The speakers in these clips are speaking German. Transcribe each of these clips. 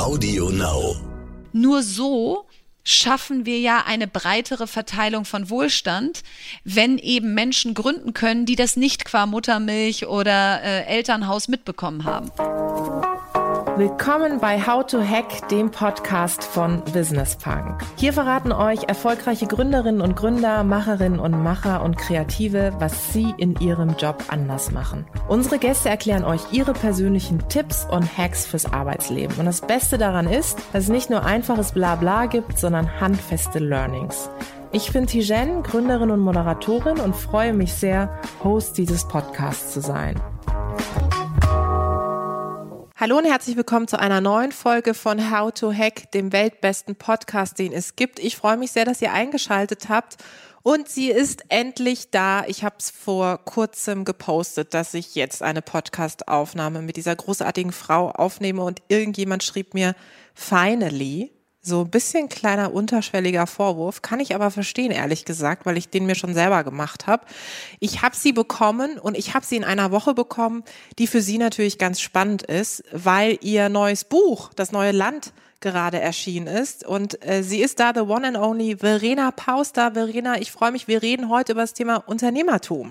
Audio Now. Nur so schaffen wir ja eine breitere Verteilung von Wohlstand, wenn eben Menschen gründen können, die das nicht qua Muttermilch oder Elternhaus mitbekommen haben. Willkommen bei How to Hack, dem Podcast von Business Punk. Hier verraten euch erfolgreiche Gründerinnen und Gründer, Macherinnen und Macher und Kreative, was sie in ihrem Job anders machen. Unsere Gäste erklären euch ihre persönlichen Tipps und Hacks fürs Arbeitsleben. Und das Beste daran ist, dass es nicht nur einfaches Blabla gibt, sondern handfeste Learnings. Ich bin Tijen, Gründerin und Moderatorin und freue mich sehr, Host dieses Podcasts zu sein. Hallo und herzlich willkommen zu einer neuen Folge von How to Hack, dem weltbesten Podcast, den es gibt. Ich freue mich sehr, dass ihr eingeschaltet habt und sie ist endlich da. Ich habe es vor kurzem gepostet, dass ich jetzt eine Podcast-Aufnahme mit dieser großartigen Frau aufnehme und irgendjemand schrieb mir, finally. So ein bisschen kleiner, unterschwelliger Vorwurf, kann ich aber verstehen, ehrlich gesagt, weil ich den mir schon selber gemacht habe. Ich habe sie bekommen und ich habe sie in einer Woche bekommen, die für sie natürlich ganz spannend ist, weil ihr neues Buch, Das neue Land, gerade erschienen ist. Und sie ist da, the one and only Verena Pauster. Verena, ich freue mich, wir reden heute über das Thema Unternehmertum.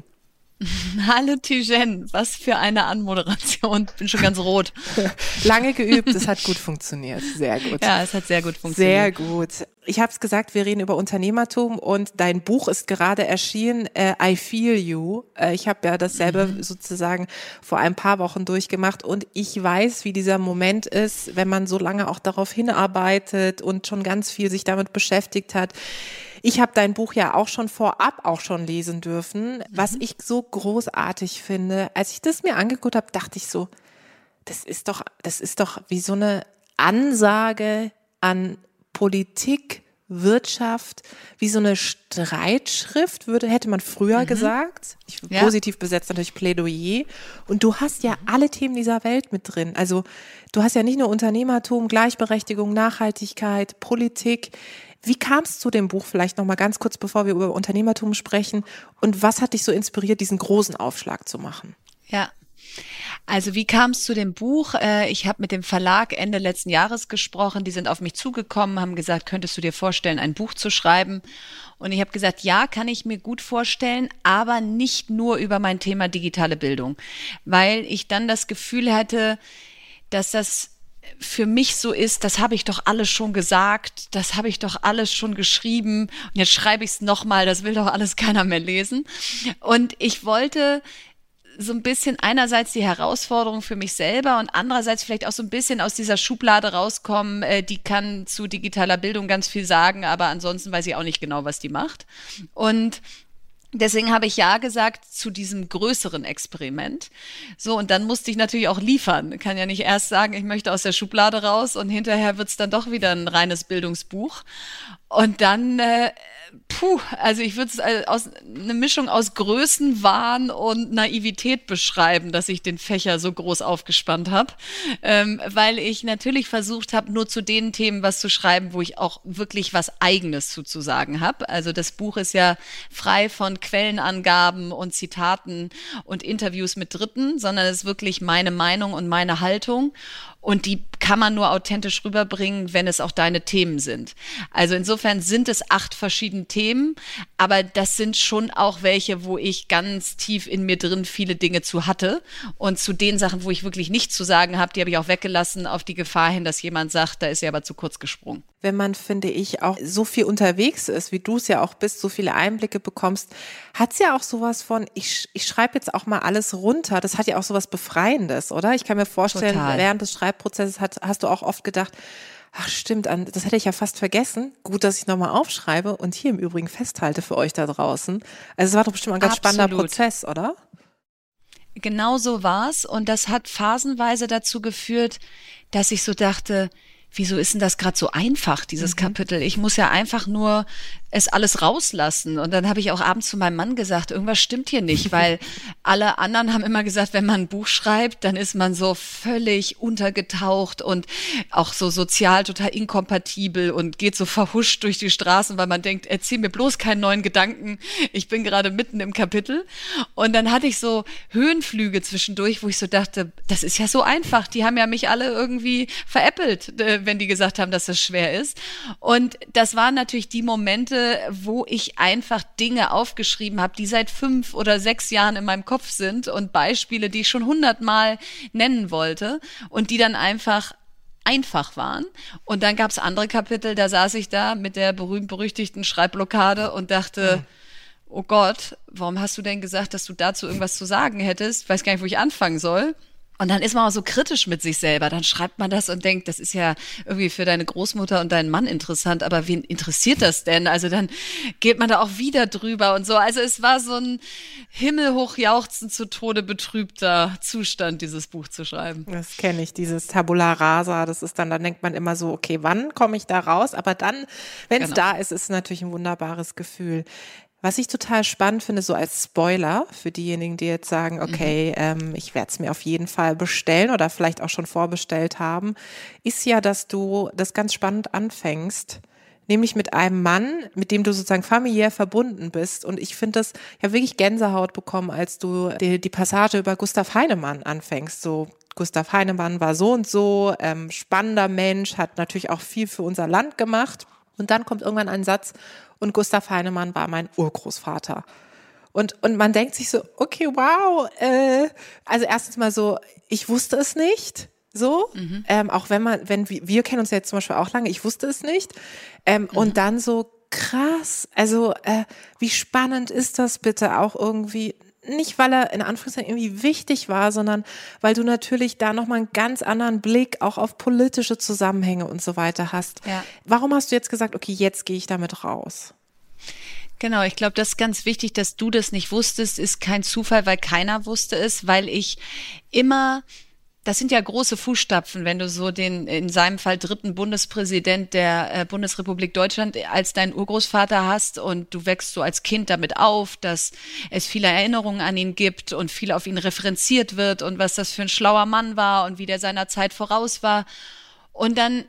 Hallo Tijen, was für eine Anmoderation. Bin schon ganz rot. Lange geübt, es hat gut funktioniert. Sehr gut. Ja, es hat sehr gut funktioniert. Sehr gut. Ich habe es gesagt, wir reden über Unternehmertum und dein Buch ist gerade erschienen, I Feel You. Ich habe ja dasselbe sozusagen vor ein paar Wochen durchgemacht und ich weiß, wie dieser Moment ist, wenn man so lange auch darauf hinarbeitet und schon ganz viel sich damit beschäftigt hat. Ich habe dein Buch ja auch schon vorab lesen dürfen. Was ich so großartig finde, als ich das mir angeguckt habe, dachte ich so, das ist doch wie so eine Ansage an Politik, Wirtschaft, wie so eine Streitschrift, hätte man früher gesagt. Positiv besetzt natürlich Plädoyer. Und du hast ja alle Themen dieser Welt mit drin. Also du hast ja nicht nur Unternehmertum, Gleichberechtigung, Nachhaltigkeit, Politik. Wie kam es zu dem Buch vielleicht nochmal ganz kurz, bevor wir über Unternehmertum sprechen? Und was hat dich so inspiriert, diesen großen Aufschlag zu machen? Ja. Also wie kam es zu dem Buch? Ich habe mit dem Verlag Ende letzten Jahres gesprochen. Die sind auf mich zugekommen, haben gesagt, könntest du dir vorstellen, ein Buch zu schreiben? Und ich habe gesagt, ja, kann ich mir gut vorstellen, aber nicht nur über mein Thema digitale Bildung, weil ich dann das Gefühl hatte, dass das für mich so ist, das habe ich doch alles schon gesagt, das habe ich doch alles schon geschrieben und jetzt schreibe ich es nochmal, das will doch alles keiner mehr lesen. Und ich wollte so ein bisschen einerseits die Herausforderung für mich selber und andererseits vielleicht auch so ein bisschen aus dieser Schublade rauskommen, die kann zu digitaler Bildung ganz viel sagen, aber ansonsten weiß ich auch nicht genau, was die macht. Und deswegen habe ich ja gesagt zu diesem größeren Experiment. So, und dann musste ich natürlich auch liefern. Ich kann ja nicht erst sagen, ich möchte aus der Schublade raus und hinterher wird es dann doch wieder ein reines Bildungsbuch. Und dann, also ich würde es als eine Mischung aus Größenwahn und Naivität beschreiben, dass ich den Fächer so groß aufgespannt habe, weil ich natürlich versucht habe, nur zu den Themen was zu schreiben, wo ich auch wirklich was Eigenes zu sagen habe. Also das Buch ist ja frei von Quellenangaben und Zitaten und Interviews mit Dritten, sondern es ist wirklich meine Meinung und meine Haltung. Und die kann man nur authentisch rüberbringen, wenn es auch deine Themen sind. Also insofern sind es 8 verschiedene Themen, aber das sind schon auch welche, wo ich ganz tief in mir drin viele Dinge zu hatte. Und zu den Sachen, wo ich wirklich nichts zu sagen habe, die habe ich auch weggelassen, auf die Gefahr hin, dass jemand sagt, da ist sie aber zu kurz gesprungen. Wenn man, finde ich, auch so viel unterwegs ist, wie du es ja auch bist, so viele Einblicke bekommst, hat es ja auch sowas von, ich schreibe jetzt auch mal alles runter. Das hat ja auch sowas Befreiendes, oder? Ich kann mir vorstellen, Total. Während des Schreibprozesses hast du auch oft gedacht, ach stimmt, das hätte ich ja fast vergessen. Gut, dass ich nochmal aufschreibe und hier im Übrigen festhalte für euch da draußen. Also es war doch bestimmt ein ganz spannender Prozess, oder? Genau so war's und das hat phasenweise dazu geführt, dass ich so dachte, wieso ist denn das gerade so einfach, dieses Kapitel? Ich muss ja einfach nur es alles rauslassen. Und dann habe ich auch abends zu meinem Mann gesagt, irgendwas stimmt hier nicht, weil alle anderen haben immer gesagt, wenn man ein Buch schreibt, dann ist man so völlig untergetaucht und auch so sozial total inkompatibel und geht so verhuscht durch die Straßen, weil man denkt, erzähl mir bloß keinen neuen Gedanken, ich bin gerade mitten im Kapitel. Und dann hatte ich so Höhenflüge zwischendurch, wo ich so dachte, das ist ja so einfach, die haben ja mich alle irgendwie veräppelt, wenn die gesagt haben, dass das schwer ist. Und das waren natürlich die Momente, wo ich einfach Dinge aufgeschrieben habe, die seit 5 oder 6 Jahren in meinem Kopf sind und Beispiele, die ich schon 100-mal nennen wollte und die dann einfach waren. Und dann gab es andere Kapitel, da saß ich da mit der berühmt-berüchtigten Schreibblockade und dachte, oh Gott, warum hast du denn gesagt, dass du dazu irgendwas zu sagen hättest? Ich weiß gar nicht, wo ich anfangen soll. Und dann ist man auch so kritisch mit sich selber. Dann schreibt man das und denkt, das ist ja irgendwie für deine Großmutter und deinen Mann interessant, aber wen interessiert das denn? Also dann geht man da auch wieder drüber und so. Also es war so ein himmelhoch jauchzend zu Tode betrübter Zustand, dieses Buch zu schreiben. Das kenne ich, dieses Tabula Rasa. Das ist dann denkt man immer so, okay, wann komme ich da raus? Aber dann, wenn es da ist es natürlich ein wunderbares Gefühl. Was ich total spannend finde, so als Spoiler für diejenigen, die jetzt sagen, okay, ich werde es mir auf jeden Fall bestellen oder vielleicht auch schon vorbestellt haben, ist ja, dass du das ganz spannend anfängst, nämlich mit einem Mann, mit dem du sozusagen familiär verbunden bist. Und ich finde das ja wirklich Gänsehaut bekommen, als du die Passage über Gustav Heinemann anfängst. So, Gustav Heinemann war so und so, spannender Mensch, hat natürlich auch viel für unser Land gemacht. Und dann kommt irgendwann ein Satz, und Gustav Heinemann war mein Urgroßvater. Und man denkt sich so, okay, wow, also erstens mal so, ich wusste es nicht, so, auch wenn wir kennen uns ja jetzt zum Beispiel auch lange, ich wusste es nicht, und dann so krass, also wie spannend ist das bitte auch irgendwie, nicht weil er in Anführungszeichen irgendwie wichtig war, sondern weil du natürlich da nochmal einen ganz anderen Blick auch auf politische Zusammenhänge und so weiter hast. Ja. Warum hast du jetzt gesagt, okay, jetzt gehe ich damit raus? Genau, ich glaube, das ist ganz wichtig, dass du das nicht wusstest, ist kein Zufall, weil keiner wusste es, weil ich immer, das sind ja große Fußstapfen, wenn du so den, in seinem Fall 3. Bundespräsident der Bundesrepublik Deutschland als deinen Urgroßvater hast und du wächst so als Kind damit auf, dass es viele Erinnerungen an ihn gibt und viel auf ihn referenziert wird und was das für ein schlauer Mann war und wie der seiner Zeit voraus war. Und dann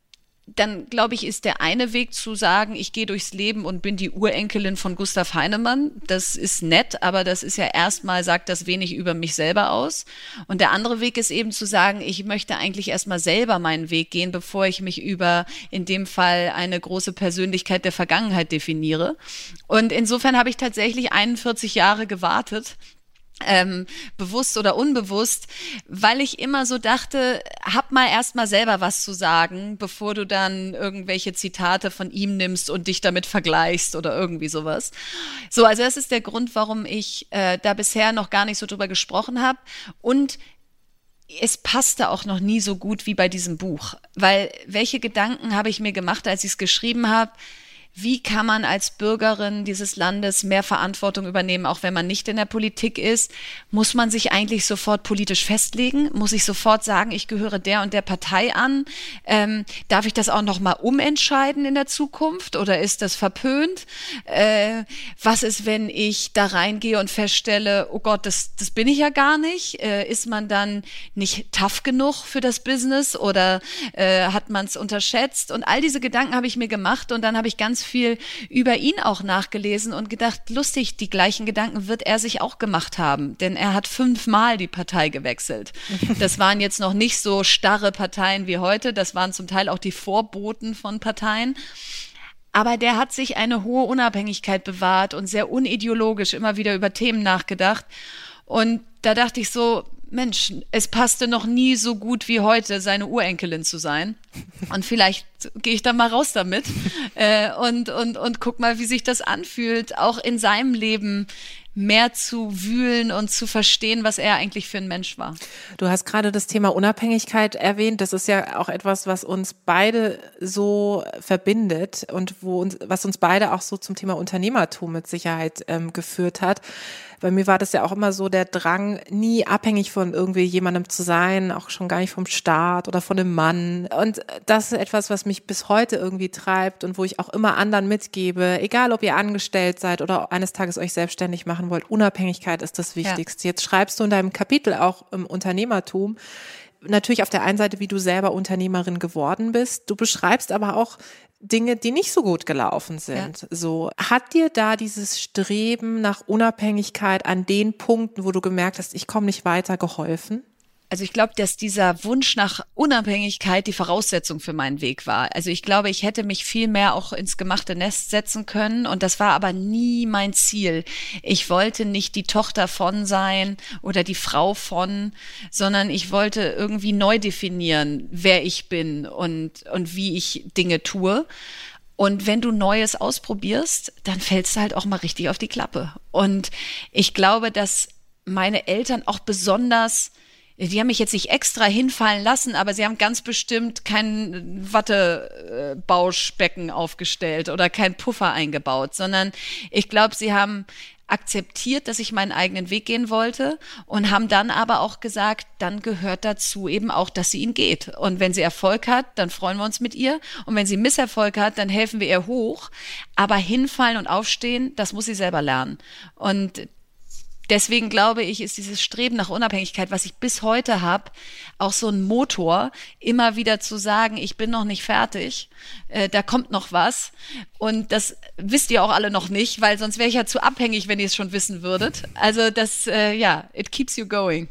glaube ich, ist der eine Weg zu sagen, ich gehe durchs Leben und bin die Urenkelin von Gustav Heinemann. Das ist nett, aber das ist ja erstmal, sagt das wenig über mich selber aus. Und der andere Weg ist eben zu sagen, ich möchte eigentlich erstmal selber meinen Weg gehen, bevor ich mich über, in dem Fall, eine große Persönlichkeit der Vergangenheit definiere. Und insofern habe ich tatsächlich 41 Jahre gewartet, bewusst oder unbewusst, weil ich immer so dachte, hab mal erstmal selber was zu sagen, bevor du dann irgendwelche Zitate von ihm nimmst und dich damit vergleichst oder irgendwie sowas. So, also das ist der Grund, warum ich da bisher noch gar nicht so drüber gesprochen habe und es passte auch noch nie so gut wie bei diesem Buch, weil welche Gedanken habe ich mir gemacht, als ich es geschrieben habe? Wie kann man als Bürgerin dieses Landes mehr Verantwortung übernehmen, auch wenn man nicht in der Politik ist? Muss man sich eigentlich sofort politisch festlegen? Muss ich sofort sagen, ich gehöre der und der Partei an? Darf ich das auch noch mal umentscheiden in der Zukunft oder ist das verpönt? Was ist, wenn ich da reingehe und feststelle, oh Gott, das bin ich ja gar nicht? Ist man dann nicht tough genug für das Business oder hat man es unterschätzt? Und all diese Gedanken habe ich mir gemacht und dann habe ich ganz viel über ihn auch nachgelesen und gedacht, lustig, die gleichen Gedanken wird er sich auch gemacht haben, denn er hat 5-mal die Partei gewechselt. Das waren jetzt noch nicht so starre Parteien wie heute, das waren zum Teil auch die Vorboten von Parteien. Aber der hat sich eine hohe Unabhängigkeit bewahrt und sehr unideologisch immer wieder über Themen nachgedacht. Und da dachte ich so, Mensch, es passte noch nie so gut wie heute, seine Urenkelin zu sein. Und vielleicht gehe ich da mal raus damit und guck mal, wie sich das anfühlt, auch in seinem Leben mehr zu wühlen und zu verstehen, was er eigentlich für ein Mensch war. Du hast gerade das Thema Unabhängigkeit erwähnt. Das ist ja auch etwas, was uns beide so verbindet und was uns beide auch so zum Thema Unternehmertum mit Sicherheit geführt hat. Bei mir war das ja auch immer so der Drang, nie abhängig von irgendwie jemandem zu sein, auch schon gar nicht vom Staat oder von einem Mann. Und das ist etwas, was mich bis heute irgendwie treibt und wo ich auch immer anderen mitgebe, egal ob ihr angestellt seid oder eines Tages euch selbstständig machen wollt, Unabhängigkeit ist das Wichtigste. Ja. Jetzt schreibst du in deinem Kapitel auch im Unternehmertum, natürlich auf der einen Seite, wie du selber Unternehmerin geworden bist. Du beschreibst aber auch Dinge, die nicht so gut gelaufen sind. Ja. So, hat dir da dieses Streben nach Unabhängigkeit an den Punkten, wo du gemerkt hast, ich komme nicht weiter, geholfen? Also ich glaube, dass dieser Wunsch nach Unabhängigkeit die Voraussetzung für meinen Weg war. Also ich glaube, ich hätte mich viel mehr auch ins gemachte Nest setzen können und das war aber nie mein Ziel. Ich wollte nicht die Tochter von sein oder die Frau von, sondern ich wollte irgendwie neu definieren, wer ich bin und wie ich Dinge tue. Und wenn du Neues ausprobierst, dann fällst du halt auch mal richtig auf die Klappe. Und ich glaube, dass meine Eltern auch besonders, die haben mich jetzt nicht extra hinfallen lassen, aber sie haben ganz bestimmt kein Wattebauschbecken aufgestellt oder kein Puffer eingebaut, sondern ich glaube, sie haben akzeptiert, dass ich meinen eigenen Weg gehen wollte und haben dann aber auch gesagt, dann gehört dazu eben auch, dass sie ihn geht. Und wenn sie Erfolg hat, dann freuen wir uns mit ihr. Und wenn sie Misserfolg hat, dann helfen wir ihr hoch. Aber hinfallen und aufstehen, das muss sie selber lernen. Und deswegen glaube ich, ist dieses Streben nach Unabhängigkeit, was ich bis heute habe, auch so ein Motor, immer wieder zu sagen, ich bin noch nicht fertig, da kommt noch was. Und das wisst ihr auch alle noch nicht, weil sonst wäre ich ja zu abhängig, wenn ihr es schon wissen würdet. Also das, it keeps you going.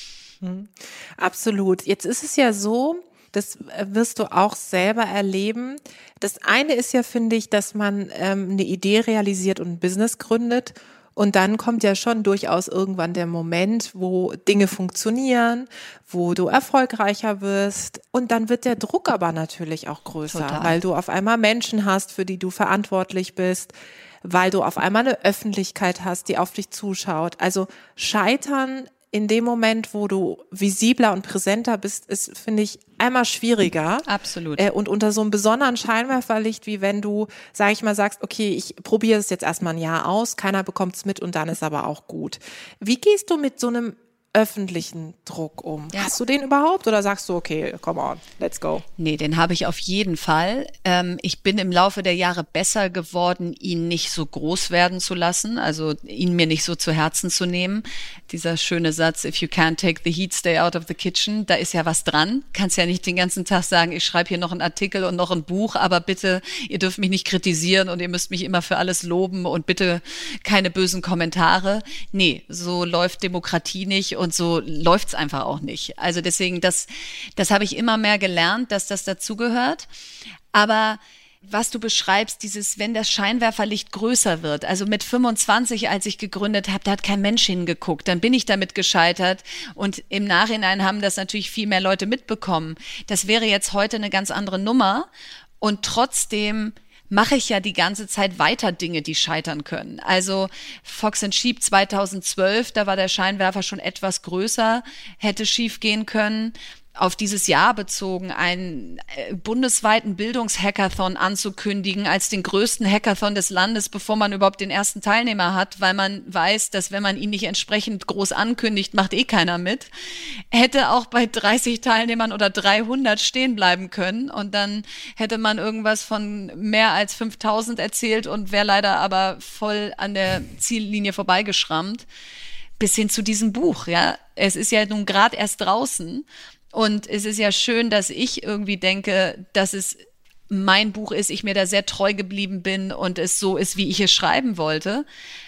Absolut. Jetzt ist es ja so, das wirst du auch selber erleben. Das eine ist ja, finde ich, dass man eine Idee realisiert und ein Business gründet. Und dann kommt ja schon durchaus irgendwann der Moment, wo Dinge funktionieren, wo du erfolgreicher wirst. Und dann wird der Druck aber natürlich auch größer, Total. weil du auf einmal Menschen hast, für die du verantwortlich bist, weil du auf einmal eine Öffentlichkeit hast, die auf dich zuschaut. Also Scheitern in dem Moment, wo du visibler und präsenter bist, ist, finde ich, einmal schwieriger. Absolut. Und unter so einem besonderen Scheinwerferlicht, wie wenn du, sag ich mal, sagst, okay, ich probiere es jetzt erstmal ein Jahr aus, keiner bekommt es mit und dann ist aber auch gut. Wie gehst du mit so einem öffentlichen Druck um? Ja. Hast du den überhaupt oder sagst du, okay, come on, let's go? Nee, den habe ich auf jeden Fall. Ich bin im Laufe der Jahre besser geworden, ihn nicht so groß werden zu lassen, also ihn mir nicht so zu Herzen zu nehmen. Dieser schöne Satz, if you can't take the heat, stay out of the kitchen, da ist ja was dran. Kannst ja nicht den ganzen Tag sagen, ich schreibe hier noch einen Artikel und noch ein Buch, aber bitte, ihr dürft mich nicht kritisieren und ihr müsst mich immer für alles loben und bitte keine bösen Kommentare. Nee, so läuft Demokratie nicht und so läuft's einfach auch nicht. Also deswegen, das habe ich immer mehr gelernt, dass das dazugehört. Aber was du beschreibst, dieses, wenn das Scheinwerferlicht größer wird, also mit 25, als ich gegründet habe, da hat kein Mensch hingeguckt, dann bin ich damit gescheitert und im Nachhinein haben das natürlich viel mehr Leute mitbekommen. Das wäre jetzt heute eine ganz andere Nummer und trotzdem mache ich ja die ganze Zeit weiter Dinge, die scheitern können. Also Fox & Sheep 2012, da war der Scheinwerfer schon etwas größer, hätte schief gehen können. Auf dieses Jahr bezogen, einen bundesweiten Bildungshackathon anzukündigen als den größten Hackathon des Landes, bevor man überhaupt den ersten Teilnehmer hat, weil man weiß, dass wenn man ihn nicht entsprechend groß ankündigt, macht eh keiner mit, hätte auch bei 30 Teilnehmern oder 300 stehen bleiben können und dann hätte man irgendwas von mehr als 5.000 erzählt und wäre leider aber voll an der Ziellinie vorbeigeschrammt. Bis hin zu diesem Buch, ja. Es ist ja nun gerade erst draußen. Und es ist ja schön, dass ich irgendwie denke, dass es mein Buch ist, ich mir da sehr treu geblieben bin und es so ist, wie ich es schreiben wollte.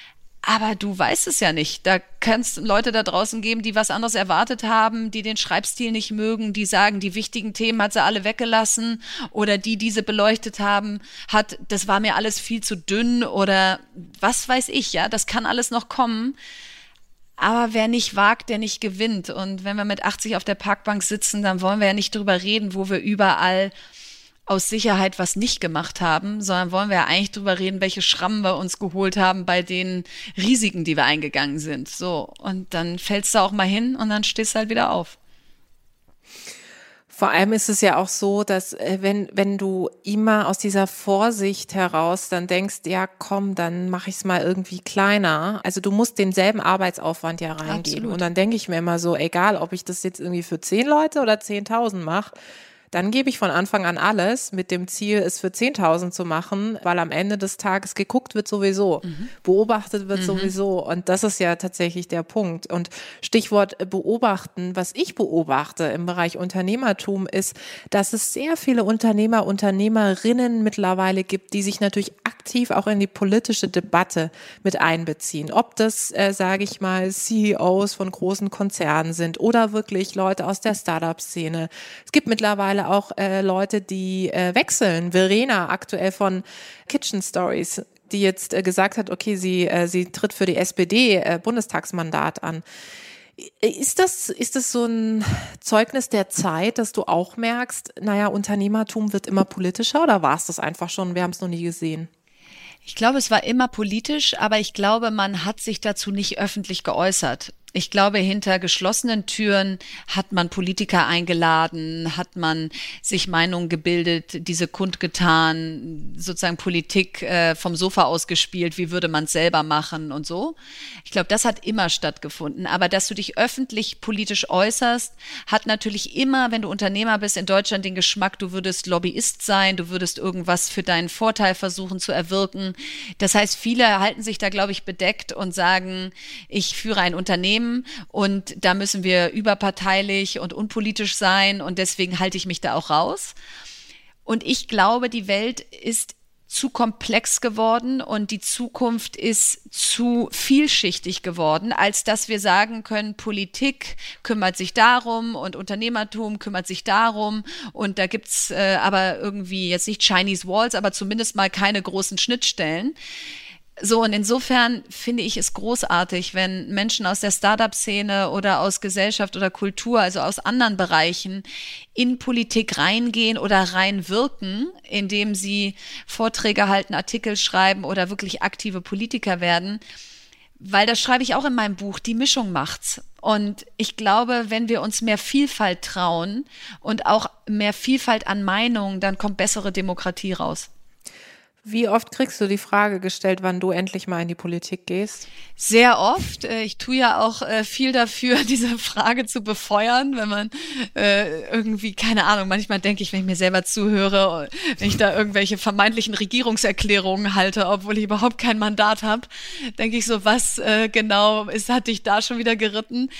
Aber du weißt es ja nicht. Da kann es Leute da draußen geben, die was anderes erwartet haben, die den Schreibstil nicht mögen, die sagen, die wichtigen Themen hat sie alle weggelassen oder die diese beleuchtet haben, das war mir alles viel zu dünn oder was weiß ich, ja, das kann alles noch kommen. Aber wer nicht wagt, der nicht gewinnt. Und wenn wir mit 80 auf der Parkbank sitzen, dann wollen wir ja nicht drüber reden, wo wir überall aus Sicherheit was nicht gemacht haben, sondern wollen wir ja eigentlich drüber reden, welche Schrammen wir uns geholt haben bei den Risiken, die wir eingegangen sind. So, und dann fällst du auch mal hin und dann stehst du halt wieder auf. Vor allem ist es ja auch so, dass wenn du immer aus dieser Vorsicht heraus dann denkst, ja komm, dann mache ich es mal irgendwie kleiner. Also du musst denselben Arbeitsaufwand ja reingeben. Absolut. Und dann denke ich mir immer so, egal ob ich das jetzt irgendwie für 10 Leute oder 10.000 mache, dann gebe ich von Anfang an alles mit dem Ziel, es für 10.000 zu machen, weil am Ende des Tages geguckt wird sowieso, beobachtet wird sowieso und das ist ja tatsächlich der Punkt. Und Stichwort beobachten, was ich beobachte im Bereich Unternehmertum ist, dass es sehr viele Unternehmer, Unternehmerinnen mittlerweile gibt, die sich natürlich aktiv auch in die politische Debatte mit einbeziehen. Ob das, sage ich mal, CEOs von großen Konzernen sind oder wirklich Leute aus der Startup-Szene. Es gibt mittlerweile auch Leute, die wechseln. Verena aktuell von Kitchen Stories, die jetzt gesagt hat, okay, sie tritt für die SPD Bundestagsmandat an. Ist das so ein Zeugnis der Zeit, dass du auch merkst, naja, Unternehmertum wird immer politischer oder war es das einfach schon, wir haben es noch nie gesehen? Ich glaube, es war immer politisch, aber ich glaube, man hat sich dazu nicht öffentlich geäußert. Ich glaube, hinter geschlossenen Türen hat man Politiker eingeladen, hat man sich Meinungen gebildet, diese kundgetan, sozusagen Politik vom Sofa aus gespielt, wie würde man es selber machen und so. Ich glaube, das hat immer stattgefunden. Aber dass du dich öffentlich politisch äußerst, hat natürlich immer, wenn du Unternehmer bist in Deutschland, den Geschmack, du würdest Lobbyist sein, du würdest irgendwas für deinen Vorteil versuchen zu erwirken. Das heißt, viele halten sich da, glaube ich, bedeckt und sagen, ich führe ein Unternehmen, und da müssen wir überparteilich und unpolitisch sein und deswegen halte ich mich da auch raus. Und ich glaube, die Welt ist zu komplex geworden und die Zukunft ist zu vielschichtig geworden, als dass wir sagen können, Politik kümmert sich darum und Unternehmertum kümmert sich darum und da gibt's aber irgendwie jetzt nicht Chinese Walls, aber zumindest mal keine großen Schnittstellen. So, und insofern finde ich es großartig, wenn Menschen aus der Startup-Szene oder aus Gesellschaft oder Kultur, also aus anderen Bereichen, in Politik reingehen oder reinwirken, indem sie Vorträge halten, Artikel schreiben oder wirklich aktive Politiker werden. Weil das schreibe ich auch in meinem Buch, die Mischung macht's. Und ich glaube, wenn wir uns mehr Vielfalt trauen und auch mehr Vielfalt an Meinungen, dann kommt bessere Demokratie raus. Wie oft kriegst du die Frage gestellt, wann du endlich mal in die Politik gehst? Sehr oft. Ich tue ja auch viel dafür, diese Frage zu befeuern, wenn man irgendwie, keine Ahnung, manchmal denke ich, wenn ich mir selber zuhöre, wenn ich da irgendwelche vermeintlichen Regierungserklärungen halte, obwohl ich überhaupt kein Mandat habe, denke ich so, was genau hat dich da schon wieder geritten?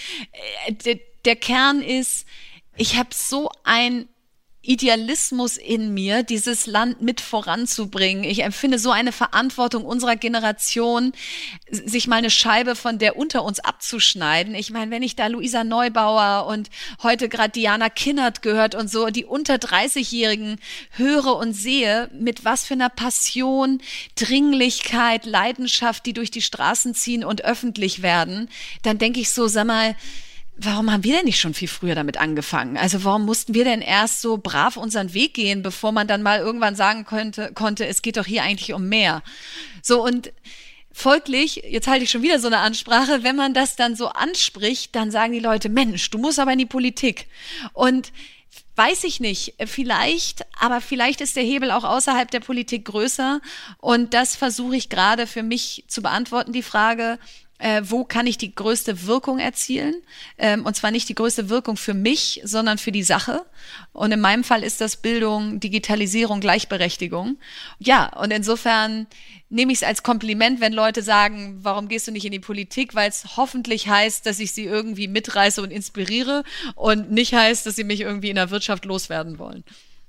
Der Kern ist, ich habe so ein Idealismus in mir, dieses Land mit voranzubringen. Ich empfinde so eine Verantwortung unserer Generation, sich mal eine Scheibe von der unter uns abzuschneiden. Ich meine, wenn ich da Luisa Neubauer und heute gerade Diana Kinnert gehört und so, die unter 30-Jährigen höre und sehe, mit was für einer Passion, Dringlichkeit, Leidenschaft, die durch die Straßen ziehen und öffentlich werden, dann denke ich so, sag mal, warum haben wir denn nicht schon viel früher damit angefangen? Also warum mussten wir denn erst so brav unseren Weg gehen, bevor man dann mal irgendwann sagen konnte, es geht doch hier eigentlich um mehr. So, und folglich, jetzt halte ich schon wieder so eine Ansprache, wenn man das dann so anspricht, dann sagen die Leute, Mensch, du musst aber in die Politik. Und weiß ich nicht, aber vielleicht ist der Hebel auch außerhalb der Politik größer. Und das versuche ich gerade für mich zu beantworten, die Frage, wo kann ich die größte Wirkung erzielen? Und zwar nicht die größte Wirkung für mich, sondern für die Sache. Und in meinem Fall ist das Bildung, Digitalisierung, Gleichberechtigung. Ja, und insofern nehme ich es als Kompliment, wenn Leute sagen, warum gehst du nicht in die Politik? Weil es hoffentlich heißt, dass ich sie irgendwie mitreiße und inspiriere und nicht heißt, dass sie mich irgendwie in der Wirtschaft loswerden wollen.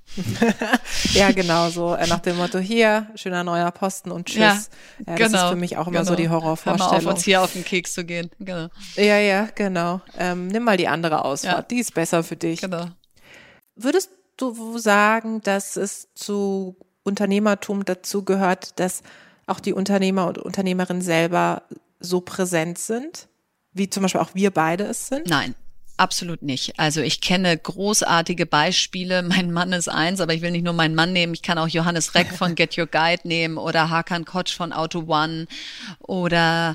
Ja, genau, so nach dem Motto, hier, schöner neuer Posten und tschüss. Ja, das genau, ist für mich auch immer so die Horrorvorstellung. Hör mal auf, uns hier auf den Keks zu gehen. Genau. Ja, genau. Nimm mal die andere Ausfahrt, die ist besser für dich. Genau. Würdest du sagen, dass es zu Unternehmertum dazu gehört, dass auch die Unternehmer und Unternehmerinnen selber so präsent sind, wie zum Beispiel auch wir beide es sind? Nein. Absolut nicht. Also ich kenne großartige Beispiele. Mein Mann ist eins, aber ich will nicht nur meinen Mann nehmen. Ich kann auch Johannes Reck von Get Your Guide nehmen oder Hakan Koç von Auto One oder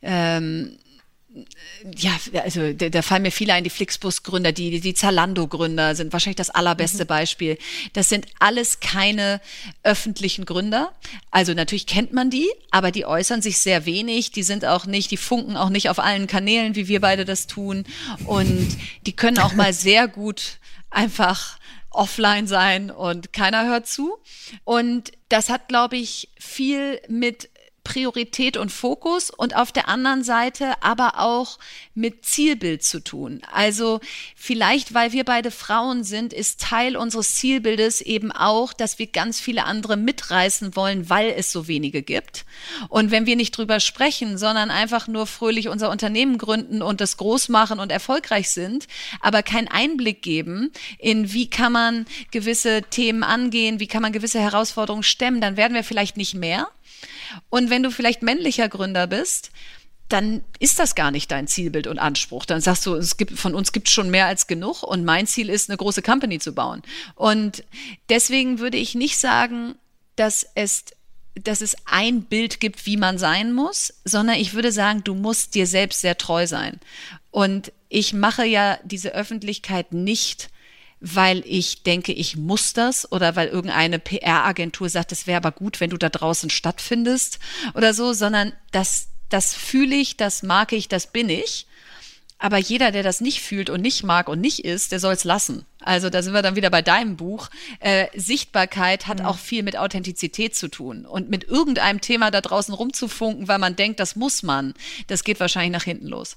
also da fallen mir viele ein, die Flixbus-Gründer, die Zalando-Gründer sind wahrscheinlich das allerbeste Beispiel. Das sind alles keine öffentlichen Gründer. Also natürlich kennt man die, aber die äußern sich sehr wenig. Die funken auch nicht auf allen Kanälen, wie wir beide das tun. Und die können auch mal sehr gut einfach offline sein und keiner hört zu. Und das hat, glaube ich, viel mit Priorität und Fokus und auf der anderen Seite aber auch mit Zielbild zu tun. Also vielleicht, weil wir beide Frauen sind, ist Teil unseres Zielbildes eben auch, dass wir ganz viele andere mitreißen wollen, weil es so wenige gibt. Und wenn wir nicht drüber sprechen, sondern einfach nur fröhlich unser Unternehmen gründen und das groß machen und erfolgreich sind, aber keinen Einblick geben in, wie kann man gewisse Themen angehen, wie kann man gewisse Herausforderungen stemmen, dann werden wir vielleicht nicht mehr. Und wenn du vielleicht männlicher Gründer bist, dann ist das gar nicht dein Zielbild und Anspruch. Dann sagst du, von uns gibt es schon mehr als genug und mein Ziel ist, eine große Company zu bauen. Und deswegen würde ich nicht sagen, dass es ein Bild gibt, wie man sein muss, sondern ich würde sagen, du musst dir selbst sehr treu sein. Und ich mache ja diese Öffentlichkeit nicht, weil ich denke, ich muss das oder weil irgendeine PR-Agentur sagt, es wäre aber gut, wenn du da draußen stattfindest oder so, sondern das fühle ich, das mag ich, das bin ich. Aber jeder, der das nicht fühlt und nicht mag und nicht ist, der soll es lassen. Also da sind wir dann wieder bei deinem Buch. Sichtbarkeit hat auch viel mit Authentizität zu tun. Und mit irgendeinem Thema da draußen rumzufunken, weil man denkt, das muss man, das geht wahrscheinlich nach hinten los.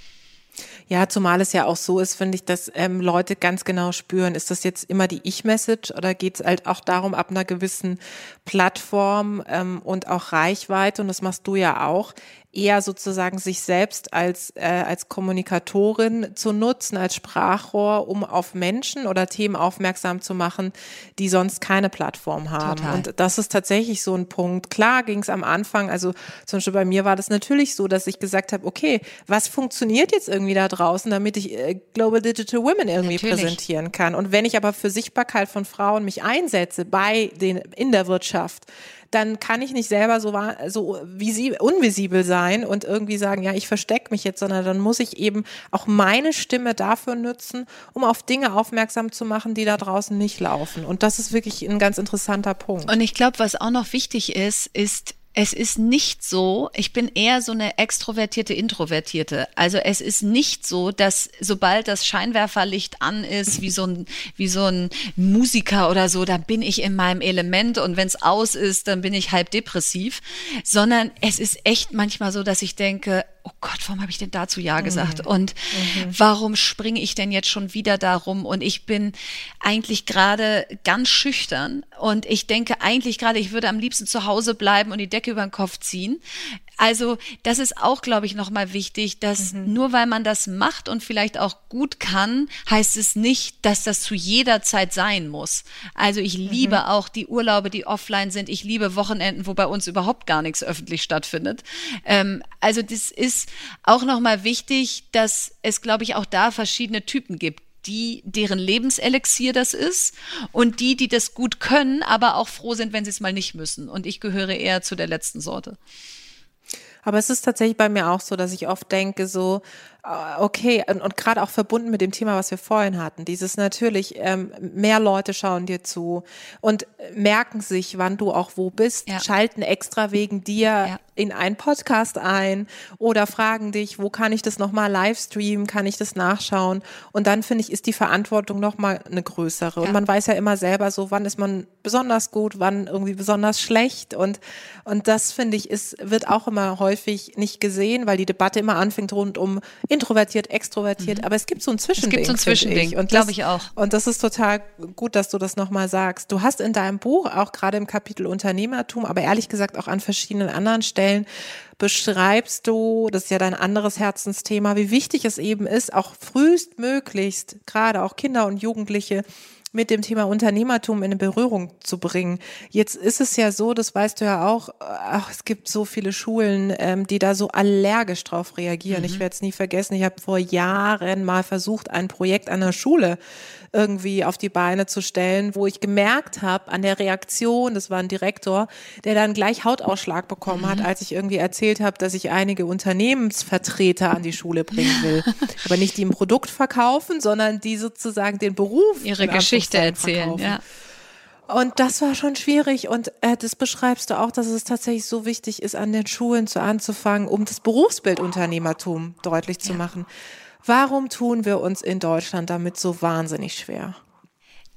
Ja, zumal es ja auch so ist, finde ich, dass Leute ganz genau spüren, ist das jetzt immer die Ich-Message oder geht es halt auch darum, ab einer gewissen Plattform und auch Reichweite, und das machst du ja auch, eher sozusagen sich selbst als Kommunikatorin zu nutzen, als Sprachrohr, um auf Menschen oder Themen aufmerksam zu machen, die sonst keine Plattform haben. Total. Und das ist tatsächlich so ein Punkt. Klar ging es am Anfang, also zum Beispiel bei mir war das natürlich so, dass ich gesagt habe, okay, was funktioniert jetzt irgendwie da draußen, damit ich Global Digital Women irgendwie präsentieren kann. Und wenn ich aber für Sichtbarkeit von Frauen mich einsetze in der Wirtschaft, dann kann ich nicht selber so unvisibel sein und irgendwie sagen, ja, ich verstecke mich jetzt, sondern dann muss ich eben auch meine Stimme dafür nutzen, um auf Dinge aufmerksam zu machen, die da draußen nicht laufen. Und das ist wirklich ein ganz interessanter Punkt. Und ich glaube, was auch noch wichtig ist, es ist nicht so, ich bin eher so eine extrovertierte Introvertierte. Also es ist nicht so, dass sobald das Scheinwerferlicht an ist, wie so ein Musiker oder so, dann bin ich in meinem Element und wenn es aus ist, dann bin ich halb depressiv. Sondern es ist echt manchmal so, dass ich denke, oh Gott, warum habe ich denn dazu Ja gesagt? Und warum springe ich denn jetzt schon wieder darum? Und ich bin eigentlich gerade ganz schüchtern und ich denke eigentlich gerade, ich würde am liebsten zu Hause bleiben und die Decke über den Kopf ziehen. Also das ist auch, glaube ich, nochmal wichtig, dass nur weil man das macht und vielleicht auch gut kann, heißt es nicht, dass das zu jeder Zeit sein muss. Also ich liebe auch die Urlaube, die offline sind. Ich liebe Wochenenden, wo bei uns überhaupt gar nichts öffentlich stattfindet. Also das ist auch nochmal wichtig, dass es, glaube ich, auch da verschiedene Typen gibt. Deren Lebenselixier das ist und die das gut können, aber auch froh sind, wenn sie es mal nicht müssen. Und ich gehöre eher zu der letzten Sorte. Aber es ist tatsächlich bei mir auch so, dass ich oft denke so, okay, und gerade auch verbunden mit dem Thema, was wir vorhin hatten, dieses natürlich, mehr Leute schauen dir zu und merken sich, wann du auch wo bist, schalten extra wegen dir in einen Podcast ein oder fragen dich, wo kann ich das nochmal live streamen, kann ich das nachschauen? Und dann finde ich, ist die Verantwortung nochmal eine größere. Und man weiß ja immer selber so, wann ist man besonders gut, wann irgendwie besonders schlecht. Und das finde ich, wird auch immer häufig nicht gesehen, weil die Debatte immer anfängt rund um introvertiert, extrovertiert, aber es gibt so ein Zwischending. Es gibt so ein Zwischending, glaube ich auch. Und das ist total gut, dass du das nochmal sagst. Du hast in deinem Buch, auch gerade im Kapitel Unternehmertum, aber ehrlich gesagt auch an verschiedenen anderen Stellen, beschreibst du, das ist ja dein anderes Herzensthema, wie wichtig es eben ist, auch frühestmöglichst, gerade auch Kinder und Jugendliche, mit dem Thema Unternehmertum in Berührung zu bringen. Jetzt ist es ja so, das weißt du ja auch, es gibt so viele Schulen, die da so allergisch drauf reagieren. Ich werde es nie vergessen, ich habe vor Jahren mal versucht, ein Projekt an der Schule irgendwie auf die Beine zu stellen, wo ich gemerkt habe an der Reaktion, das war ein Direktor, der dann gleich Hautausschlag bekommen hat, als ich irgendwie erzählt habe, dass ich einige Unternehmensvertreter an die Schule bringen will. Aber nicht die ein Produkt verkaufen, sondern die sozusagen den Beruf, ihre Geschichte erzählen, verkaufen. ja. Und das war schon schwierig und das beschreibst du auch, dass es tatsächlich so wichtig ist, an den Schulen anzufangen, um das Berufsbild Unternehmertum deutlich zu machen. Warum tun wir uns in Deutschland damit so wahnsinnig schwer?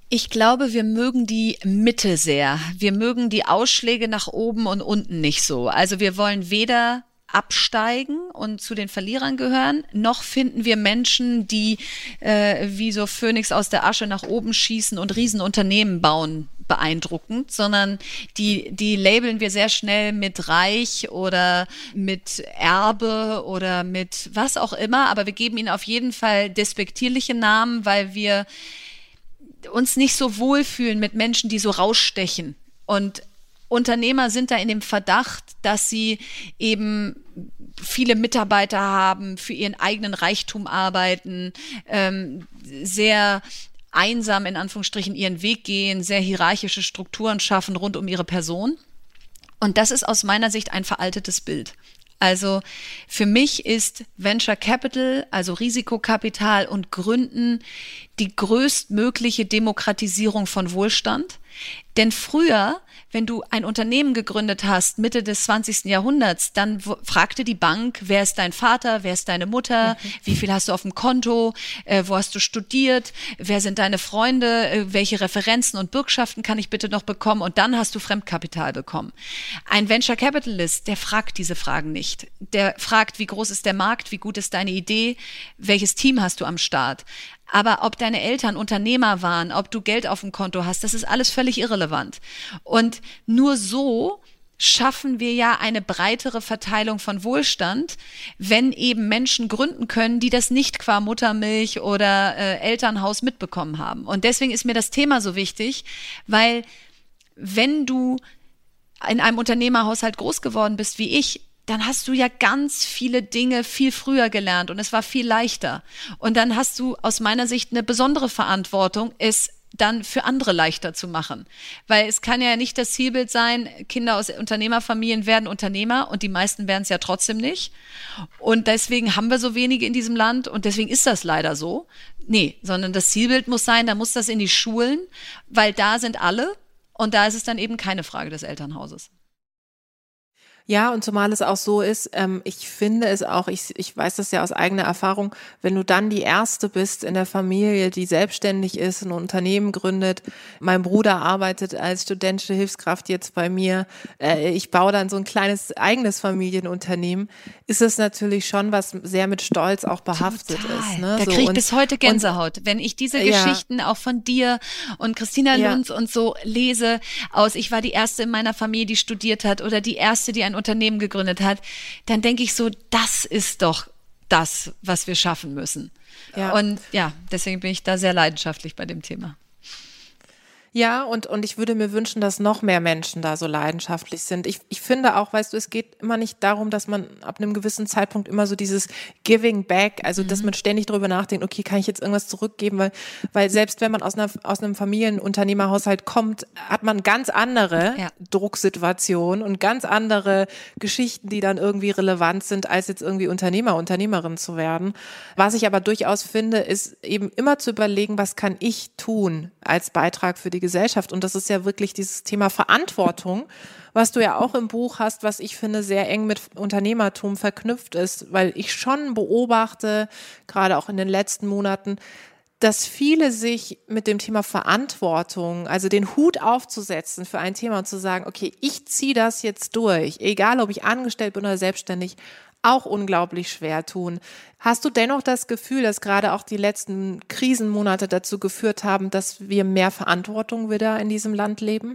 Ich glaube, wir mögen die Mitte sehr. Wir mögen die Ausschläge nach oben und unten nicht so. Also wir wollen weder absteigen und zu den Verlierern gehören, noch finden wir Menschen, die wie so Phönix aus der Asche nach oben schießen und Riesenunternehmen bauen, beeindruckend, sondern die labeln wir sehr schnell mit reich oder mit Erbe oder mit was auch immer, aber wir geben ihnen auf jeden Fall despektierliche Namen, weil wir uns nicht so wohlfühlen mit Menschen, die so rausstechen. Und Unternehmer sind da in dem Verdacht, dass sie eben viele Mitarbeiter haben, für ihren eigenen Reichtum arbeiten, sehr einsam in Anführungsstrichen ihren Weg gehen, sehr hierarchische Strukturen schaffen rund um ihre Person. Und das ist aus meiner Sicht ein veraltetes Bild. Also für mich ist Venture Capital, also Risikokapital und Gründen, die größtmögliche Demokratisierung von Wohlstand. Denn früher, wenn du ein Unternehmen gegründet hast, Mitte des 20. Jahrhunderts, dann fragte die Bank, wer ist dein Vater, wer ist deine Mutter, wie viel hast du auf dem Konto, wo hast du studiert, wer sind deine Freunde, welche Referenzen und Bürgschaften kann ich bitte noch bekommen, und dann hast du Fremdkapital bekommen. Ein Venture Capitalist, der fragt diese Fragen nicht. Der fragt, wie groß ist der Markt, wie gut ist deine Idee, welches Team hast du am Start. Aber ob deine Eltern Unternehmer waren, ob du Geld auf dem Konto hast, das ist alles völlig irrelevant. Und nur so schaffen wir ja eine breitere Verteilung von Wohlstand, wenn eben Menschen gründen können, die das nicht qua Muttermilch oder Elternhaus mitbekommen haben. Und deswegen ist mir das Thema so wichtig, weil wenn du in einem Unternehmerhaushalt groß geworden bist wie ich, dann hast du ja ganz viele Dinge viel früher gelernt und es war viel leichter. Und dann hast du aus meiner Sicht eine besondere Verantwortung, es dann für andere leichter zu machen. Weil es kann ja nicht das Zielbild sein, Kinder aus Unternehmerfamilien werden Unternehmer und die meisten werden es ja trotzdem nicht. Und deswegen haben wir so wenige in diesem Land und deswegen ist das leider so. Nee, sondern das Zielbild muss sein, da muss das in die Schulen, weil da sind alle und da ist es dann eben keine Frage des Elternhauses. Ja, und zumal es auch so ist, ich finde es auch, ich weiß das ja aus eigener Erfahrung, wenn du dann die Erste bist in der Familie, die selbstständig ist, ein Unternehmen gründet, mein Bruder arbeitet als studentische Hilfskraft jetzt bei mir, ich baue dann so ein kleines eigenes Familienunternehmen, ist es natürlich schon was sehr mit Stolz auch behaftet ist. Ne? Da kriege ich bis heute Gänsehaut, wenn ich diese Geschichten auch von dir und Christina Lunz und so lese aus, ich war die Erste in meiner Familie, die studiert hat oder die Erste, die ein Unternehmen gegründet hat, dann denke ich so, das ist doch das, was wir schaffen müssen. Ja. Und ja, deswegen bin ich da sehr leidenschaftlich bei dem Thema. Ja, und ich würde mir wünschen, dass noch mehr Menschen da so leidenschaftlich sind. Ich finde auch, weißt du, es geht immer nicht darum, dass man ab einem gewissen Zeitpunkt immer so dieses Giving back, also dass man ständig darüber nachdenkt, okay, kann ich jetzt irgendwas zurückgeben, weil selbst wenn man aus einem Familienunternehmerhaushalt kommt, hat man ganz andere Drucksituationen und ganz andere Geschichten, die dann irgendwie relevant sind, als jetzt irgendwie Unternehmer, Unternehmerin zu werden. Was ich aber durchaus finde, ist eben immer zu überlegen, was kann ich tun als Beitrag für die Gesellschaft. Und das ist ja wirklich dieses Thema Verantwortung, was du ja auch im Buch hast, was ich finde sehr eng mit Unternehmertum verknüpft ist, weil ich schon beobachte, gerade auch in den letzten Monaten, dass viele sich mit dem Thema Verantwortung, also den Hut aufzusetzen für ein Thema und zu sagen, okay, ich ziehe das jetzt durch, egal ob ich angestellt bin oder selbstständig, auch unglaublich schwer tun. Hast du dennoch das Gefühl, dass gerade auch die letzten Krisenmonate dazu geführt haben, dass wir mehr Verantwortung wieder in diesem Land leben?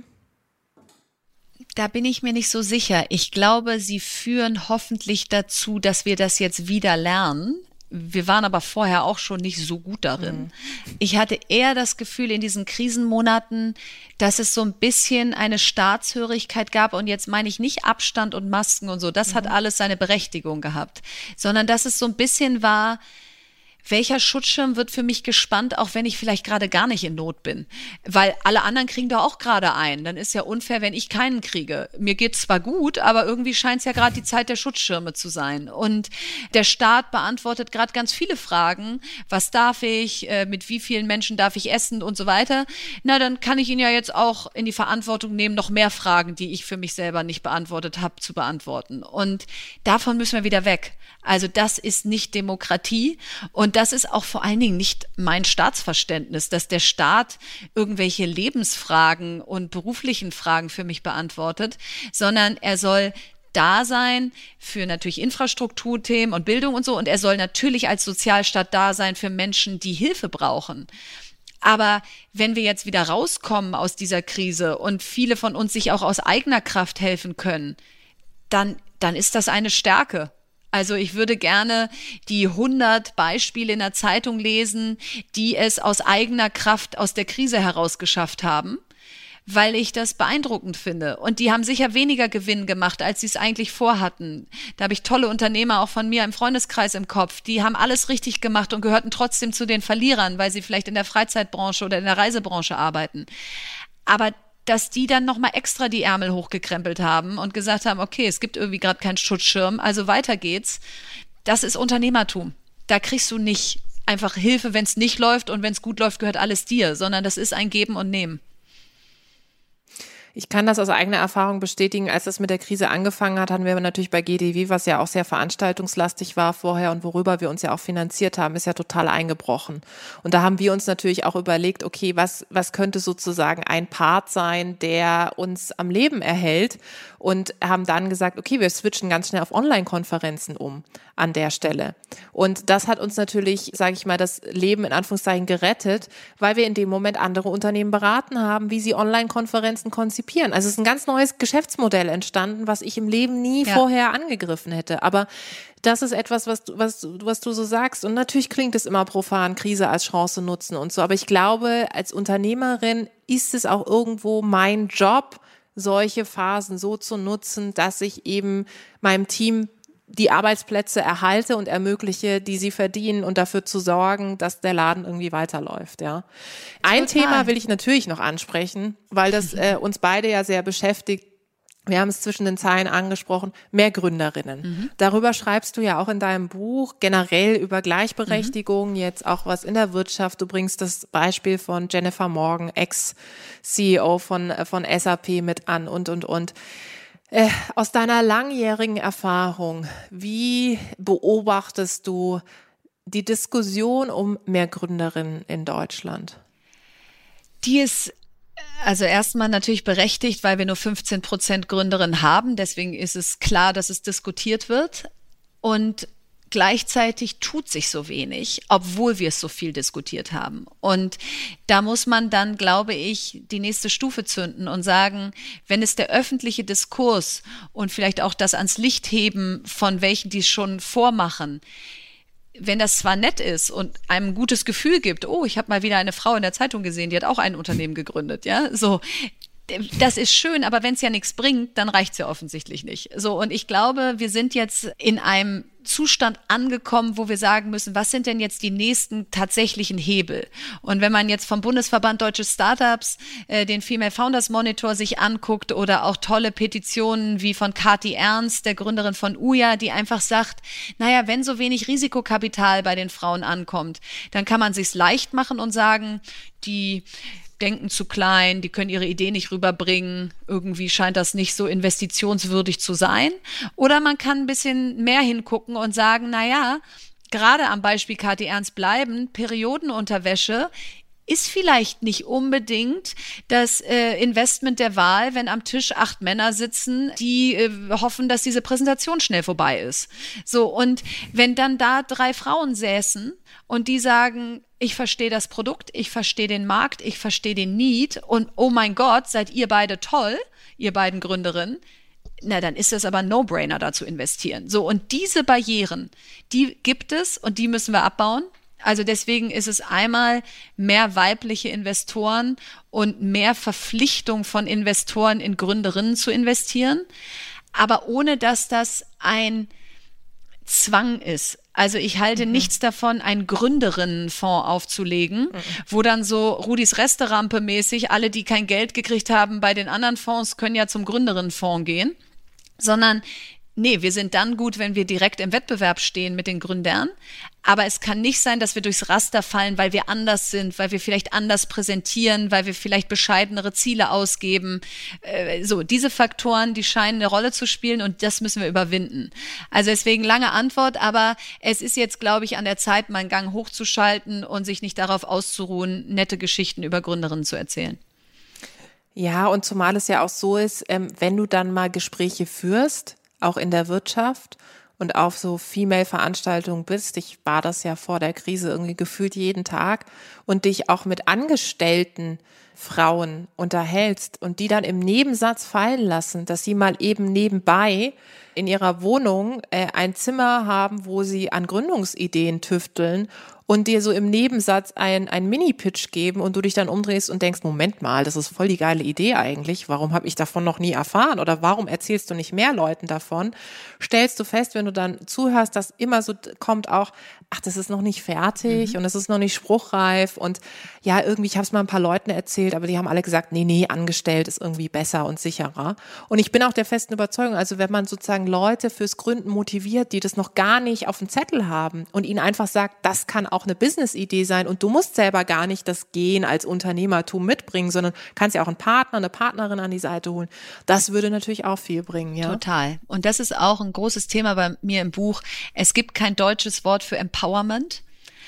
Da bin ich mir nicht so sicher. Ich glaube, sie führen hoffentlich dazu, dass wir das jetzt wieder lernen. Wir waren aber vorher auch schon nicht so gut darin. Ich hatte eher das Gefühl in diesen Krisenmonaten, dass es so ein bisschen eine Staatshörigkeit gab. Und jetzt meine ich nicht Abstand und Masken und so. Das hat alles seine Berechtigung gehabt. Sondern dass es so ein bisschen war, welcher Schutzschirm wird für mich gespannt, auch wenn ich vielleicht gerade gar nicht in Not bin? Weil alle anderen kriegen da auch gerade einen. Dann ist ja unfair, wenn ich keinen kriege. Mir geht's zwar gut, aber irgendwie scheint es ja gerade die Zeit der Schutzschirme zu sein. Und der Staat beantwortet gerade ganz viele Fragen. Was darf ich? Mit wie vielen Menschen darf ich essen und so weiter? Na, dann kann ich ihn ja jetzt auch in die Verantwortung nehmen, noch mehr Fragen, die ich für mich selber nicht beantwortet habe, zu beantworten. Und davon müssen wir wieder weg. Also das ist nicht Demokratie und Und das ist auch vor allen Dingen nicht mein Staatsverständnis, dass der Staat irgendwelche Lebensfragen und beruflichen Fragen für mich beantwortet, sondern er soll da sein für natürlich Infrastrukturthemen und Bildung und so. Und er soll natürlich als Sozialstaat da sein für Menschen, die Hilfe brauchen. Aber wenn wir jetzt wieder rauskommen aus dieser Krise und viele von uns sich auch aus eigener Kraft helfen können, dann ist das eine Stärke. Also ich würde gerne die 100 Beispiele in der Zeitung lesen, die es aus eigener Kraft aus der Krise heraus geschafft haben, weil ich das beeindruckend finde. Und die haben sicher weniger Gewinn gemacht, als sie es eigentlich vorhatten. Da habe ich tolle Unternehmer auch von mir im Freundeskreis im Kopf. Die haben alles richtig gemacht und gehörten trotzdem zu den Verlierern, weil sie vielleicht in der Freizeitbranche oder in der Reisebranche arbeiten. Aber dass die dann nochmal extra die Ärmel hochgekrempelt haben und gesagt haben, okay, es gibt irgendwie gerade keinen Schutzschirm, also weiter geht's. Das ist Unternehmertum. Da kriegst du nicht einfach Hilfe, wenn es nicht läuft, und wenn es gut läuft, gehört alles dir, sondern das ist ein Geben und Nehmen. Ich kann das aus eigener Erfahrung bestätigen. Als das mit der Krise angefangen hat, hatten wir natürlich bei GDW, was ja auch sehr veranstaltungslastig war vorher und worüber wir uns ja auch finanziert haben, ist ja total eingebrochen. Und da haben wir uns natürlich auch überlegt, okay, was könnte sozusagen ein Part sein, der uns am Leben erhält, und haben dann gesagt, okay, wir switchen ganz schnell auf Online-Konferenzen um an der Stelle. Und das hat uns natürlich, sage ich mal, das Leben in Anführungszeichen gerettet, weil wir in dem Moment andere Unternehmen beraten haben, wie sie Online-Konferenzen konzipieren. Also es ist ein ganz neues Geschäftsmodell entstanden, was ich im Leben nie vorher angegriffen hätte. Aber das ist etwas, was du so sagst. Und natürlich klingt es immer profan, Krise als Chance nutzen und so. Aber ich glaube, als Unternehmerin ist es auch irgendwo mein Job, solche Phasen so zu nutzen, dass ich eben meinem Team die Arbeitsplätze erhalte und ermögliche, die sie verdienen, und dafür zu sorgen, dass der Laden irgendwie weiterläuft, ja. Ein Thema will ich natürlich noch ansprechen, weil das uns beide ja sehr beschäftigt. Wir haben es zwischen den Zeilen angesprochen, mehr Gründerinnen. Darüber schreibst du ja auch in deinem Buch, generell über Gleichberechtigung, jetzt auch was in der Wirtschaft. Du bringst das Beispiel von Jennifer Morgan, Ex-CEO von SAP mit an und. Aus deiner langjährigen Erfahrung, wie beobachtest du die Diskussion um mehr Gründerinnen in Deutschland? Die ist also erstmal natürlich berechtigt, weil wir nur 15% Gründerinnen haben. Deswegen ist es klar, dass es diskutiert wird. Und gleichzeitig tut sich so wenig, obwohl wir es so viel diskutiert haben. Und da muss man dann, glaube ich, die nächste Stufe zünden und sagen, wenn es der öffentliche Diskurs und vielleicht auch das ans Licht heben von welchen, die es schon vormachen, wenn das zwar nett ist und einem ein gutes Gefühl gibt, oh, ich habe mal wieder eine Frau in der Zeitung gesehen, die hat auch ein Unternehmen gegründet, ja, so. Das ist schön, aber wenn es ja nichts bringt, dann reicht's ja offensichtlich nicht. So, und ich glaube, wir sind jetzt in einem Zustand angekommen, wo wir sagen müssen, was sind denn jetzt die nächsten tatsächlichen Hebel? Und wenn man jetzt vom Bundesverband Deutsche Startups den Female Founders Monitor sich anguckt oder auch tolle Petitionen wie von Kati Ernst, der Gründerin von Uja, die einfach sagt, naja, wenn so wenig Risikokapital bei den Frauen ankommt, dann kann man sich's leicht machen und sagen, die denken zu klein, die können ihre Idee nicht rüberbringen, irgendwie scheint das nicht so investitionswürdig zu sein. Oder man kann ein bisschen mehr hingucken und sagen, naja, gerade am Beispiel Kati Ernst bleiben, Periodenunterwäsche ist vielleicht nicht unbedingt das Investment der Wahl, wenn am Tisch 8 Männer sitzen, die hoffen, dass diese Präsentation schnell vorbei ist. So, und wenn dann da 3 Frauen säßen und die sagen, ich verstehe das Produkt, ich verstehe den Markt, ich verstehe den Need und oh mein Gott, seid ihr beide toll, ihr beiden Gründerinnen, na, dann ist es aber ein No-Brainer, da zu investieren. So, und diese Barrieren, die gibt es und die müssen wir abbauen. Also deswegen ist es einmal mehr weibliche Investoren und mehr Verpflichtung von Investoren in Gründerinnen zu investieren, aber ohne dass das ein Zwang ist. Also ich halte nichts davon, einen Gründerinnenfonds aufzulegen, wo dann so Rudis Resterampe mäßig alle, die kein Geld gekriegt haben bei den anderen Fonds, können ja zum Gründerinnenfonds gehen, sondern Nee, wir sind dann gut, wenn wir direkt im Wettbewerb stehen mit den Gründern. Aber es kann nicht sein, dass wir durchs Raster fallen, weil wir anders sind, weil wir vielleicht anders präsentieren, weil wir vielleicht bescheidenere Ziele ausgeben. So, diese Faktoren, die scheinen eine Rolle zu spielen und das müssen wir überwinden. Also deswegen lange Antwort, aber es ist jetzt, glaube ich, an der Zeit, mal einen Gang hochzuschalten und sich nicht darauf auszuruhen, nette Geschichten über Gründerinnen zu erzählen. Ja, und zumal es ja auch so ist, wenn du dann mal Gespräche führst, auch in der Wirtschaft und auf so Female-Veranstaltungen bist, ich war das ja vor der Krise irgendwie gefühlt jeden Tag, und dich auch mit angestellten Frauen unterhältst und die dann im Nebensatz fallen lassen, dass sie mal eben nebenbei in ihrer Wohnung ein Zimmer haben, wo sie an Gründungsideen tüfteln und dir so im Nebensatz ein Mini-Pitch geben und du dich dann umdrehst und denkst, Moment mal, das ist voll die geile Idee eigentlich, warum habe ich davon noch nie erfahren oder warum erzählst du nicht mehr Leuten davon, stellst du fest, wenn du dann zuhörst, dass immer so kommt auch, ach, das ist noch nicht fertig und es ist noch nicht spruchreif und ja, irgendwie, ich habe es mal ein paar Leuten erzählt, aber die haben alle gesagt, nee, angestellt ist irgendwie besser und sicherer. Und ich bin auch der festen Überzeugung, also wenn man sozusagen Leute fürs Gründen motiviert, die das noch gar nicht auf dem Zettel haben und ihnen einfach sagt, das kann auch eine Business-Idee sein und du musst selber gar nicht das Gen als Unternehmertum mitbringen, sondern kannst ja auch einen Partner, eine Partnerin an die Seite holen. Das würde natürlich auch viel bringen, ja. Total. Und das ist auch ein großes Thema bei mir im Buch. Es gibt kein deutsches Wort für Empowerment.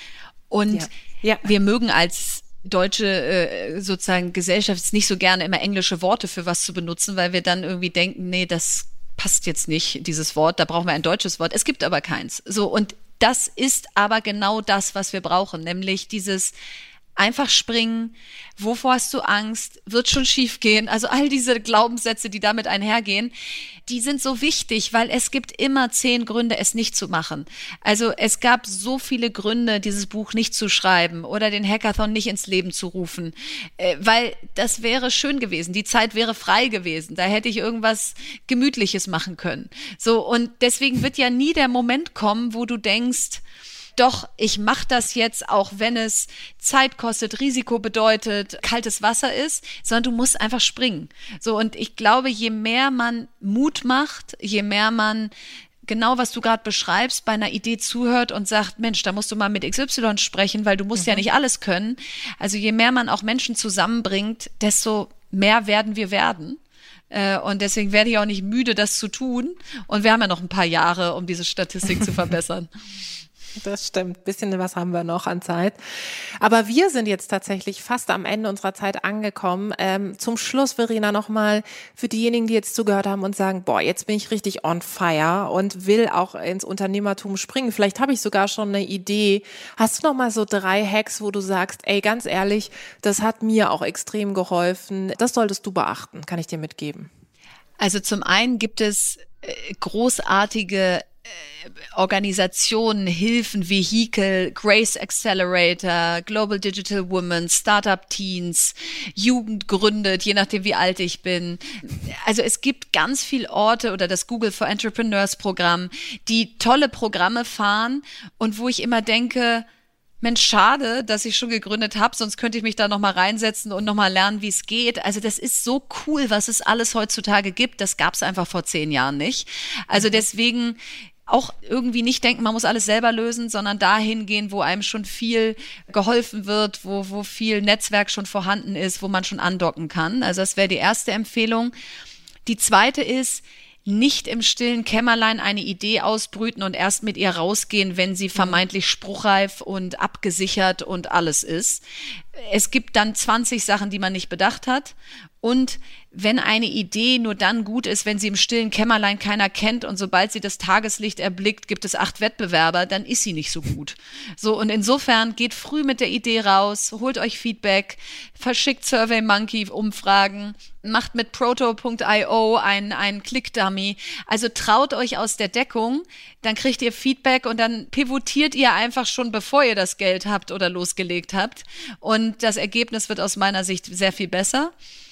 Und wir mögen als deutsche sozusagen Gesellschaft nicht so gerne immer englische Worte für was zu benutzen, weil wir dann irgendwie denken, nee, das passt jetzt nicht, dieses Wort, da brauchen wir ein deutsches Wort. Es gibt aber keins. So, und das ist aber genau das, was wir brauchen, nämlich dieses einfach springen, wovor hast du Angst, wird schon schief gehen, also all diese Glaubenssätze, die damit einhergehen, die sind so wichtig, weil es gibt immer 10 Gründe, es nicht zu machen. Also es gab so viele Gründe, dieses Buch nicht zu schreiben oder den Hackathon nicht ins Leben zu rufen, weil das wäre schön gewesen, die Zeit wäre frei gewesen, da hätte ich irgendwas Gemütliches machen können. So, und deswegen wird ja nie der Moment kommen, wo du denkst, doch, ich mache das jetzt, auch wenn es Zeit kostet, Risiko bedeutet, kaltes Wasser ist, sondern du musst einfach springen. So, und ich glaube, je mehr man Mut macht, je mehr man genau, was du gerade beschreibst, bei einer Idee zuhört und sagt, Mensch, da musst du mal mit XY sprechen, weil du musst ja nicht alles können. Also je mehr man auch Menschen zusammenbringt, desto mehr werden wir werden. Und deswegen werde ich auch nicht müde, das zu tun. Und wir haben ja noch ein paar Jahre, um diese Statistik zu verbessern. Das stimmt. Ein bisschen was haben wir noch an Zeit. Aber wir sind jetzt tatsächlich fast am Ende unserer Zeit angekommen. Zum Schluss, Verena, nochmal für diejenigen, die jetzt zugehört haben und sagen, boah, jetzt bin ich richtig on fire und will auch ins Unternehmertum springen. Vielleicht habe ich sogar schon eine Idee. Hast du noch mal so 3 Hacks, wo du sagst, ey, ganz ehrlich, das hat mir auch extrem geholfen. Das solltest du beachten, kann ich dir mitgeben. Also zum einen gibt es großartige Organisationen, Hilfen, Vehikel, Grace Accelerator, Global Digital Women, Startup Teens, Jugend gründet, je nachdem wie alt ich bin. Also es gibt ganz viele Orte oder das Google for Entrepreneurs Programm, die tolle Programme fahren und wo ich immer denke, Mensch, schade, dass ich schon gegründet habe, sonst könnte ich mich da nochmal reinsetzen und nochmal lernen, wie es geht. Also das ist so cool, was es alles heutzutage gibt. Das gab es einfach vor 10 Jahren nicht. Also deswegen auch irgendwie nicht denken, man muss alles selber lösen, sondern dahin gehen, wo einem schon viel geholfen wird, wo viel Netzwerk schon vorhanden ist, wo man schon andocken kann. Also das wäre die erste Empfehlung. Die zweite ist, nicht im stillen Kämmerlein eine Idee ausbrüten und erst mit ihr rausgehen, wenn sie vermeintlich spruchreif und abgesichert und alles ist. Es gibt dann 20 Sachen, die man nicht bedacht hat. Und wenn eine Idee nur dann gut ist, wenn sie im stillen Kämmerlein keiner kennt und sobald sie das Tageslicht erblickt, gibt es 8 Wettbewerber, dann ist sie nicht so gut. So, und insofern geht früh mit der Idee raus, holt euch Feedback, verschickt SurveyMonkey-Umfragen, macht mit Proto.io ein Click-Dummy. Also traut euch aus der Deckung, dann kriegt ihr Feedback und dann pivotiert ihr einfach schon, bevor ihr das Geld habt oder losgelegt habt. Und das Ergebnis wird aus meiner Sicht sehr viel besser.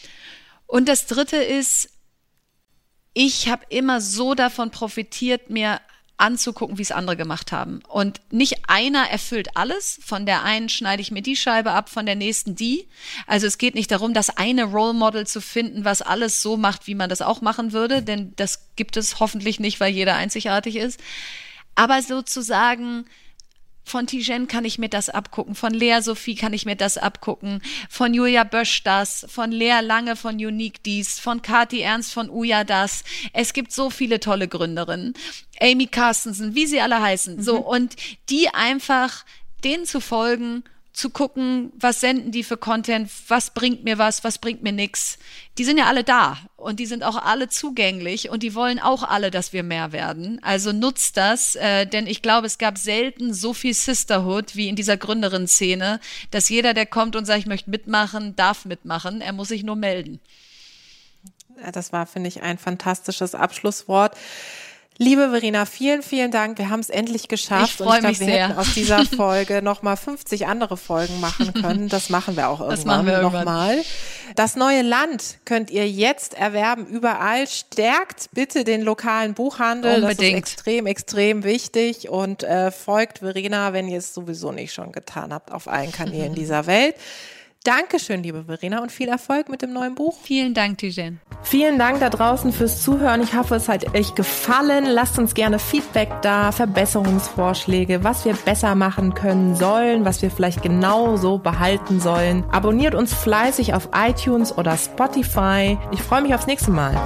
Und das Dritte ist, ich habe immer so davon profitiert, mir anzugucken, wie es andere gemacht haben. Und nicht einer erfüllt alles. Von der einen schneide ich mir die Scheibe ab, von der nächsten die. Also es geht nicht darum, das eine Role Model zu finden, was alles so macht, wie man das auch machen würde, denn das gibt es hoffentlich nicht, weil jeder einzigartig ist. Aber sozusagen, von Tijen kann ich mir das abgucken, von Lea Sophie kann ich mir das abgucken, von Julia Bösch das, von Lea Lange von Unique dies, von Kathi Ernst von Uja das. Es gibt so viele tolle Gründerinnen. Amy Carstensen, wie sie alle heißen. So, und die einfach denen zu folgen, zu gucken, was senden die für Content, was bringt mir was bringt mir nix. Die sind ja alle da und die sind auch alle zugänglich und die wollen auch alle, dass wir mehr werden. Also nutzt das, denn ich glaube, es gab selten so viel Sisterhood wie in dieser Gründerin-Szene, dass jeder, der kommt und sagt, ich möchte mitmachen, darf mitmachen. Er muss sich nur melden. Das war, finde ich, ein fantastisches Abschlusswort. Liebe Verena, vielen, vielen Dank. Wir haben es endlich geschafft. Ich freue mich wir sehr. hätten aus dieser Folge nochmal 50 andere Folgen machen können. Das machen wir auch irgendwann nochmal. Das neue Land könnt ihr jetzt erwerben überall. Stärkt bitte den lokalen Buchhandel. Unbedingt. Das ist extrem, extrem wichtig. Und folgt Verena, wenn ihr es sowieso nicht schon getan habt, auf allen Kanälen dieser Welt. Dankeschön, liebe Verena, und viel Erfolg mit dem neuen Buch. Vielen Dank, Tijen. Vielen Dank da draußen fürs Zuhören. Ich hoffe, es hat euch gefallen. Lasst uns gerne Feedback da, Verbesserungsvorschläge, was wir besser machen können sollen, was wir vielleicht genau so behalten sollen. Abonniert uns fleißig auf iTunes oder Spotify. Ich freue mich aufs nächste Mal.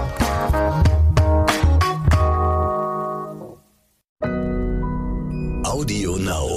Audio Now.